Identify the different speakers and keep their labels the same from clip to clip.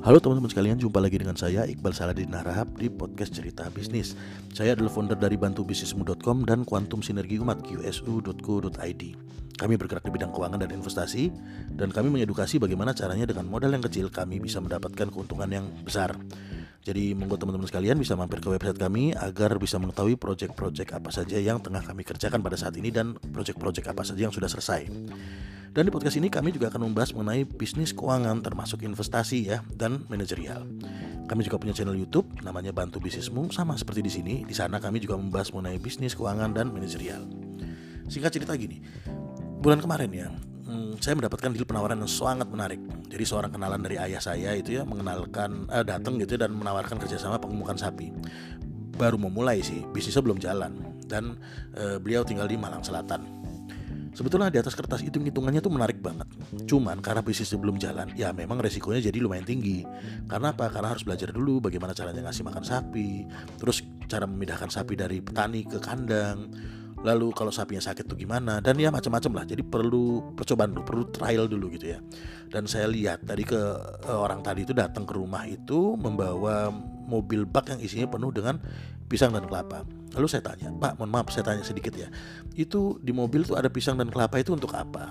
Speaker 1: Halo teman-teman sekalian, jumpa lagi dengan saya Iqbal Saladin Harahap di podcast Cerita Bisnis. Saya adalah founder dari bantubisnismu.com dan Kuantum Sinergi Umat qsu.co.id. Kami bergerak di bidang keuangan dan investasi, dan kami mengedukasi bagaimana caranya dengan modal yang kecil kami bisa mendapatkan keuntungan yang besar. Jadi monggo teman-teman sekalian bisa mampir ke website kami agar bisa mengetahui proyek-proyek apa saja yang tengah kami kerjakan pada saat ini dan proyek-proyek apa saja yang sudah selesai. Dan di podcast ini kami juga akan membahas mengenai bisnis keuangan termasuk investasi ya dan manajerial. Kami juga punya channel YouTube namanya Bantu Bisnismu, sama seperti di sini. Di sana kami juga membahas mengenai bisnis keuangan dan manajerial. Singkat cerita gini, bulan kemarin ya, saya mendapatkan deal penawaran yang sangat menarik. Jadi seorang kenalan dari ayah saya itu ya datang gitu dan menawarkan kerjasama pengemukan sapi. Baru mau mulai sih, bisnisnya belum jalan dan beliau tinggal di Malang Selatan. Sebetulnya di atas kertas hitung-hitungannya tuh menarik banget. Cuman karena bisnisnya belum jalan, ya memang resikonya jadi lumayan tinggi. Karena apa? Karena harus belajar dulu bagaimana caranya ngasih makan sapi, terus cara memindahkan sapi dari petani ke kandang. Lalu kalau sapinya sakit tuh gimana, dan ya macam-macam lah. Jadi perlu percobaan dulu, perlu trial dulu gitu ya. Dan saya lihat tadi orang tadi itu datang ke rumah itu membawa mobil bak yang isinya penuh dengan pisang dan kelapa. Lalu saya tanya, Pak, mohon maaf saya tanya sedikit ya, itu di mobil tuh ada pisang dan kelapa itu untuk apa?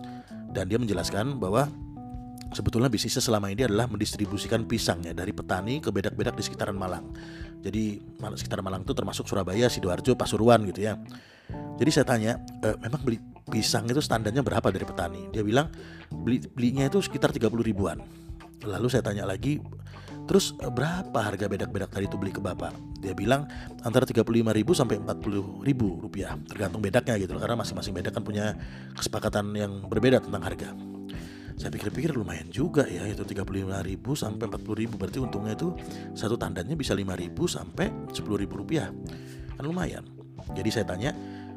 Speaker 1: Dan dia menjelaskan bahwa sebetulnya bisnisnya selama ini adalah mendistribusikan pisangnya dari petani ke bedak-bedak di sekitaran Malang. Jadi sekitar Malang itu termasuk Surabaya, Sidoarjo, Pasuruan gitu ya. Jadi saya tanya, memang beli pisang itu standarnya berapa dari petani? Dia bilang belinya itu sekitar 30 ribuan. Lalu saya tanya lagi, terus berapa harga bedak-bedak tadi itu beli ke bapak? Dia bilang antara 35 ribu sampai 40 ribu rupiah, tergantung bedaknya gitu loh. Karena masing-masing bedak kan punya kesepakatan yang berbeda tentang harga. Saya pikir-pikir lumayan juga ya, itu 35 ribu sampai 40 ribu, berarti untungnya itu satu tandannya bisa 5 ribu sampai 10 ribu rupiah, kan lumayan. Jadi saya tanya,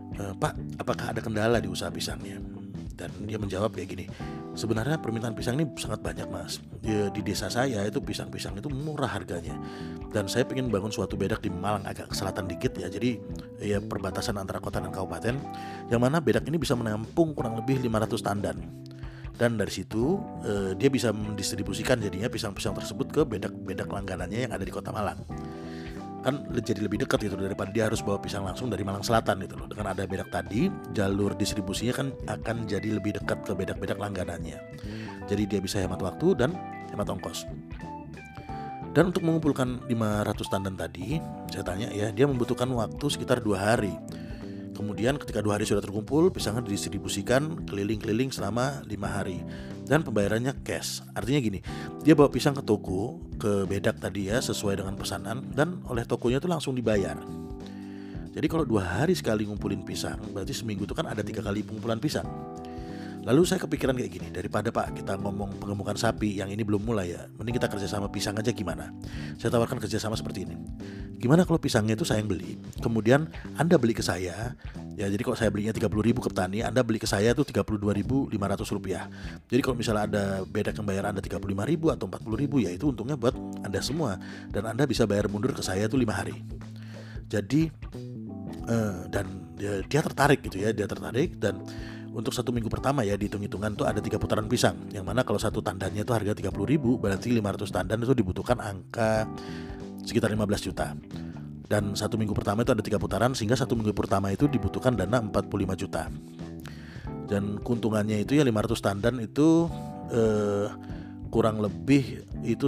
Speaker 1: Pak, apakah ada kendala di usaha pisangnya? Dan dia menjawab kayak gini, sebenarnya permintaan pisang ini sangat banyak mas. Di desa saya itu pisang-pisang itu murah harganya. Dan saya pengen bangun suatu bedak di Malang agak ke selatan dikit ya. Jadi ya perbatasan antara kota dan kabupaten, yang mana bedak ini bisa menampung kurang lebih 500 tandan. Dan dari situ dia bisa mendistribusikan jadinya pisang-pisang tersebut ke bedak-bedak langganannya yang ada di kota Malang. Kan jadi lebih dekat gitu daripada dia harus bawa pisang langsung dari Malang Selatan gitu loh. Dengan ada bedak tadi, jalur distribusinya kan akan jadi lebih dekat ke bedak-bedak langganannya. Jadi dia bisa hemat waktu dan hemat ongkos. Dan untuk mengumpulkan 500 tandan tadi, saya tanya ya, dia membutuhkan waktu sekitar 2 hari. Kemudian ketika 2 hari sudah terkumpul, pisangnya didistribusikan keliling-keliling selama 5 hari. Dan pembayarannya cash. Artinya gini, dia bawa pisang ke toko, ke bedak tadi ya, sesuai dengan pesanan, dan oleh tokonya itu langsung dibayar. Jadi kalau 2 hari sekali ngumpulin pisang, berarti seminggu itu kan ada 3 kali pengumpulan pisang. Lalu saya kepikiran kayak gini, daripada Pak kita ngomong pengemukan sapi yang ini belum mulai ya, mending kita kerjasama pisang aja gimana? Saya tawarkan kerjasama seperti ini. Gimana kalau pisangnya itu saya yang beli, kemudian Anda beli ke saya, ya jadi kalau saya belinya 30 ribu ke petani, Anda beli ke saya itu 32.500 rupiah. Jadi kalau misalnya ada bedak yang bayar Anda 35 ribu atau 40 ribu, ya itu untungnya buat Anda semua. Dan Anda bisa bayar mundur ke saya itu 5 hari. Jadi dan dia tertarik gitu ya, dan untuk 1 minggu pertama ya dihitung-hitungan tuh ada 3 putaran pisang, yang mana kalau satu tandannya itu harga 30 ribu, berarti 500 tandan itu dibutuhkan angka sekitar 15 juta. Dan 1 minggu pertama itu ada 3 putaran, sehingga 1 minggu pertama itu dibutuhkan dana 45 juta. Dan keuntungannya itu ya 500 tandan itu kurang lebih itu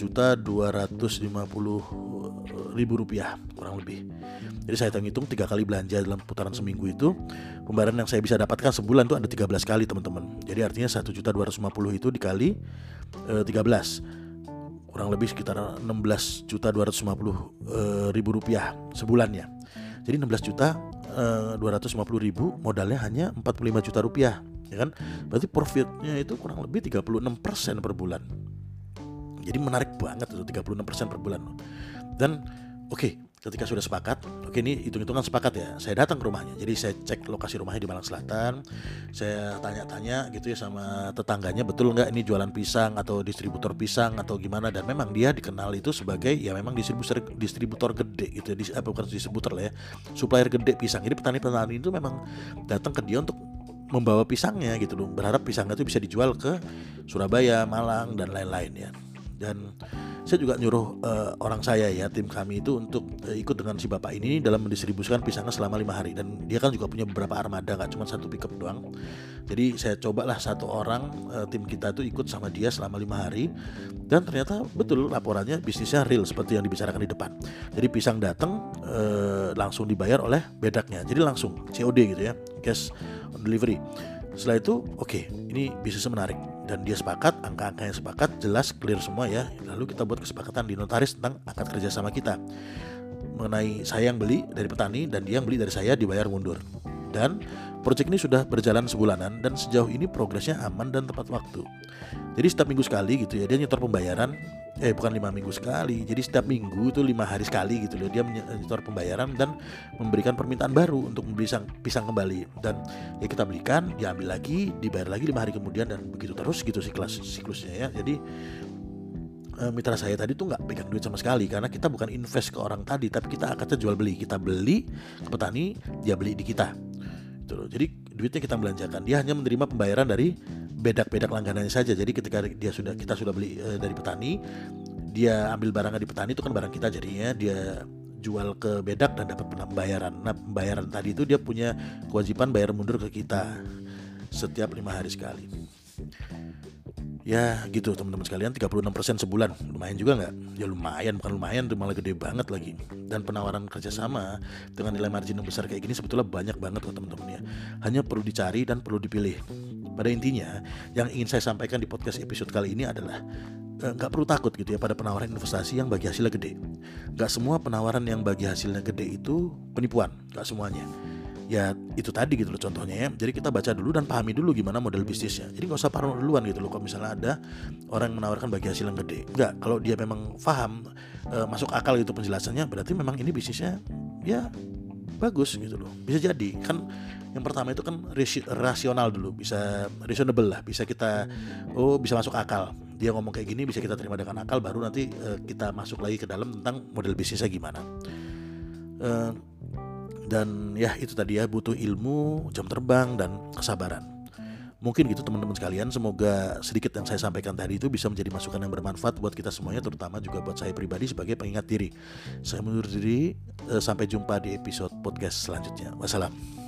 Speaker 1: 1.250.000 rupiah kurang lebih. Jadi saya hitung 3 kali belanja dalam putaran seminggu itu, pembayaran yang saya bisa dapatkan sebulan itu ada 13 kali teman-teman. Jadi artinya 1.250 itu dikali 13, kurang lebih sekitar 16.250.000 rupiah sebulannya. Jadi 16.250.000 modalnya hanya 45 juta rupiah, ya kan? Berarti profitnya itu kurang lebih 36% per bulan. Jadi menarik banget itu 36% per bulan. Dan oke, ketika sudah sepakat, ini hitung-hitungan sepakat ya, saya datang ke rumahnya. Jadi saya cek lokasi rumahnya di Malang Selatan. Saya tanya-tanya gitu ya sama tetangganya, betul nggak ini jualan pisang atau distributor pisang atau gimana. Dan memang dia dikenal itu sebagai ya memang distributor gede gitu ya, bukan distributor lah ya, supplier gede pisang. Jadi petani-petani itu memang datang ke dia untuk membawa pisangnya gitu loh, berharap pisangnya itu bisa dijual ke Surabaya, Malang dan lain-lain ya. Dan saya juga nyuruh orang saya ya, tim kami itu untuk ikut dengan si bapak ini dalam mendistribusikan pisangnya selama 5 hari. Dan dia kan juga punya beberapa armada, gak cuma satu pickup doang. Jadi saya cobalah satu orang tim kita itu ikut sama dia selama 5 hari. Dan ternyata betul laporannya bisnisnya real seperti yang dibicarakan di depan. Jadi pisang datang langsung dibayar oleh bedaknya. Jadi langsung COD gitu ya, cash on delivery. Setelah itu oke, ini bisnisnya menarik dan dia sepakat, angka-angkanya sepakat, jelas clear semua ya. Lalu kita buat kesepakatan di notaris tentang akad kerja sama kita mengenai saya yang beli dari petani dan dia yang beli dari saya, dibayar mundur. Dan proyek ini sudah berjalan sebulanan dan sejauh ini progresnya aman dan tepat waktu. Jadi setiap minggu sekali gitu ya dia nyetor pembayaran. Bukan 5 minggu sekali. Jadi setiap minggu itu 5 hari sekali gitu loh. Dia menyetor pembayaran dan memberikan permintaan baru untuk membeli pisang kembali. Dan ya kita belikan, dia ambil lagi, dibayar lagi 5 hari kemudian dan begitu terus gitu siklusnya ya. Jadi mitra saya tadi tuh nggak pegang duit sama sekali karena kita bukan invest ke orang tadi, tapi kita akadnya jual beli. Kita beli ke petani, dia beli di kita. Gitu loh. Jadi duitnya kita belanjakan. Dia hanya menerima pembayaran dari bedak-bedak langganannya saja. Jadi ketika kita sudah beli dari petani, dia ambil barangnya di petani, itu kan barang kita, jadinya dia jual ke bedak dan dapat pembayaran. Nah, pembayaran tadi itu dia punya kewajiban bayar mundur ke kita setiap 5 hari sekali. Ya gitu teman-teman sekalian, 36% sebulan. Lumayan juga nggak? Ya lumayan, bukan lumayan, malah gede banget lagi. Dan penawaran kerjasama dengan nilai margin yang besar kayak gini sebetulnya banyak banget kok teman-teman ya. Hanya perlu dicari dan perlu dipilih. Pada intinya, yang ingin saya sampaikan di podcast episode kali ini adalah gak perlu takut gitu ya pada penawaran investasi yang bagi hasilnya gede. Gak semua penawaran yang bagi hasilnya gede itu penipuan, gak semuanya. Ya itu tadi gitu loh contohnya ya. Jadi kita baca dulu dan pahami dulu gimana model bisnisnya. Jadi gak usah parno duluan gitu loh kalau misalnya ada orang yang menawarkan bagi hasil yang gede. Enggak, kalau dia memang paham, masuk akal gitu penjelasannya, berarti memang ini bisnisnya ya bagus gitu loh. Bisa jadi kan yang pertama itu kan rasional dulu, bisa reasonable lah, bisa kita bisa masuk akal. Dia ngomong kayak gini bisa kita terima dengan akal, baru nanti kita masuk lagi ke dalam tentang model bisnisnya gimana. Dan ya itu tadi ya, butuh ilmu, jam terbang dan kesabaran. Mungkin gitu teman-teman sekalian, semoga sedikit yang saya sampaikan tadi itu bisa menjadi masukan yang bermanfaat buat kita semuanya, terutama juga buat saya pribadi sebagai pengingat diri. Saya mundur diri, sampai jumpa di episode podcast selanjutnya. Wassalam.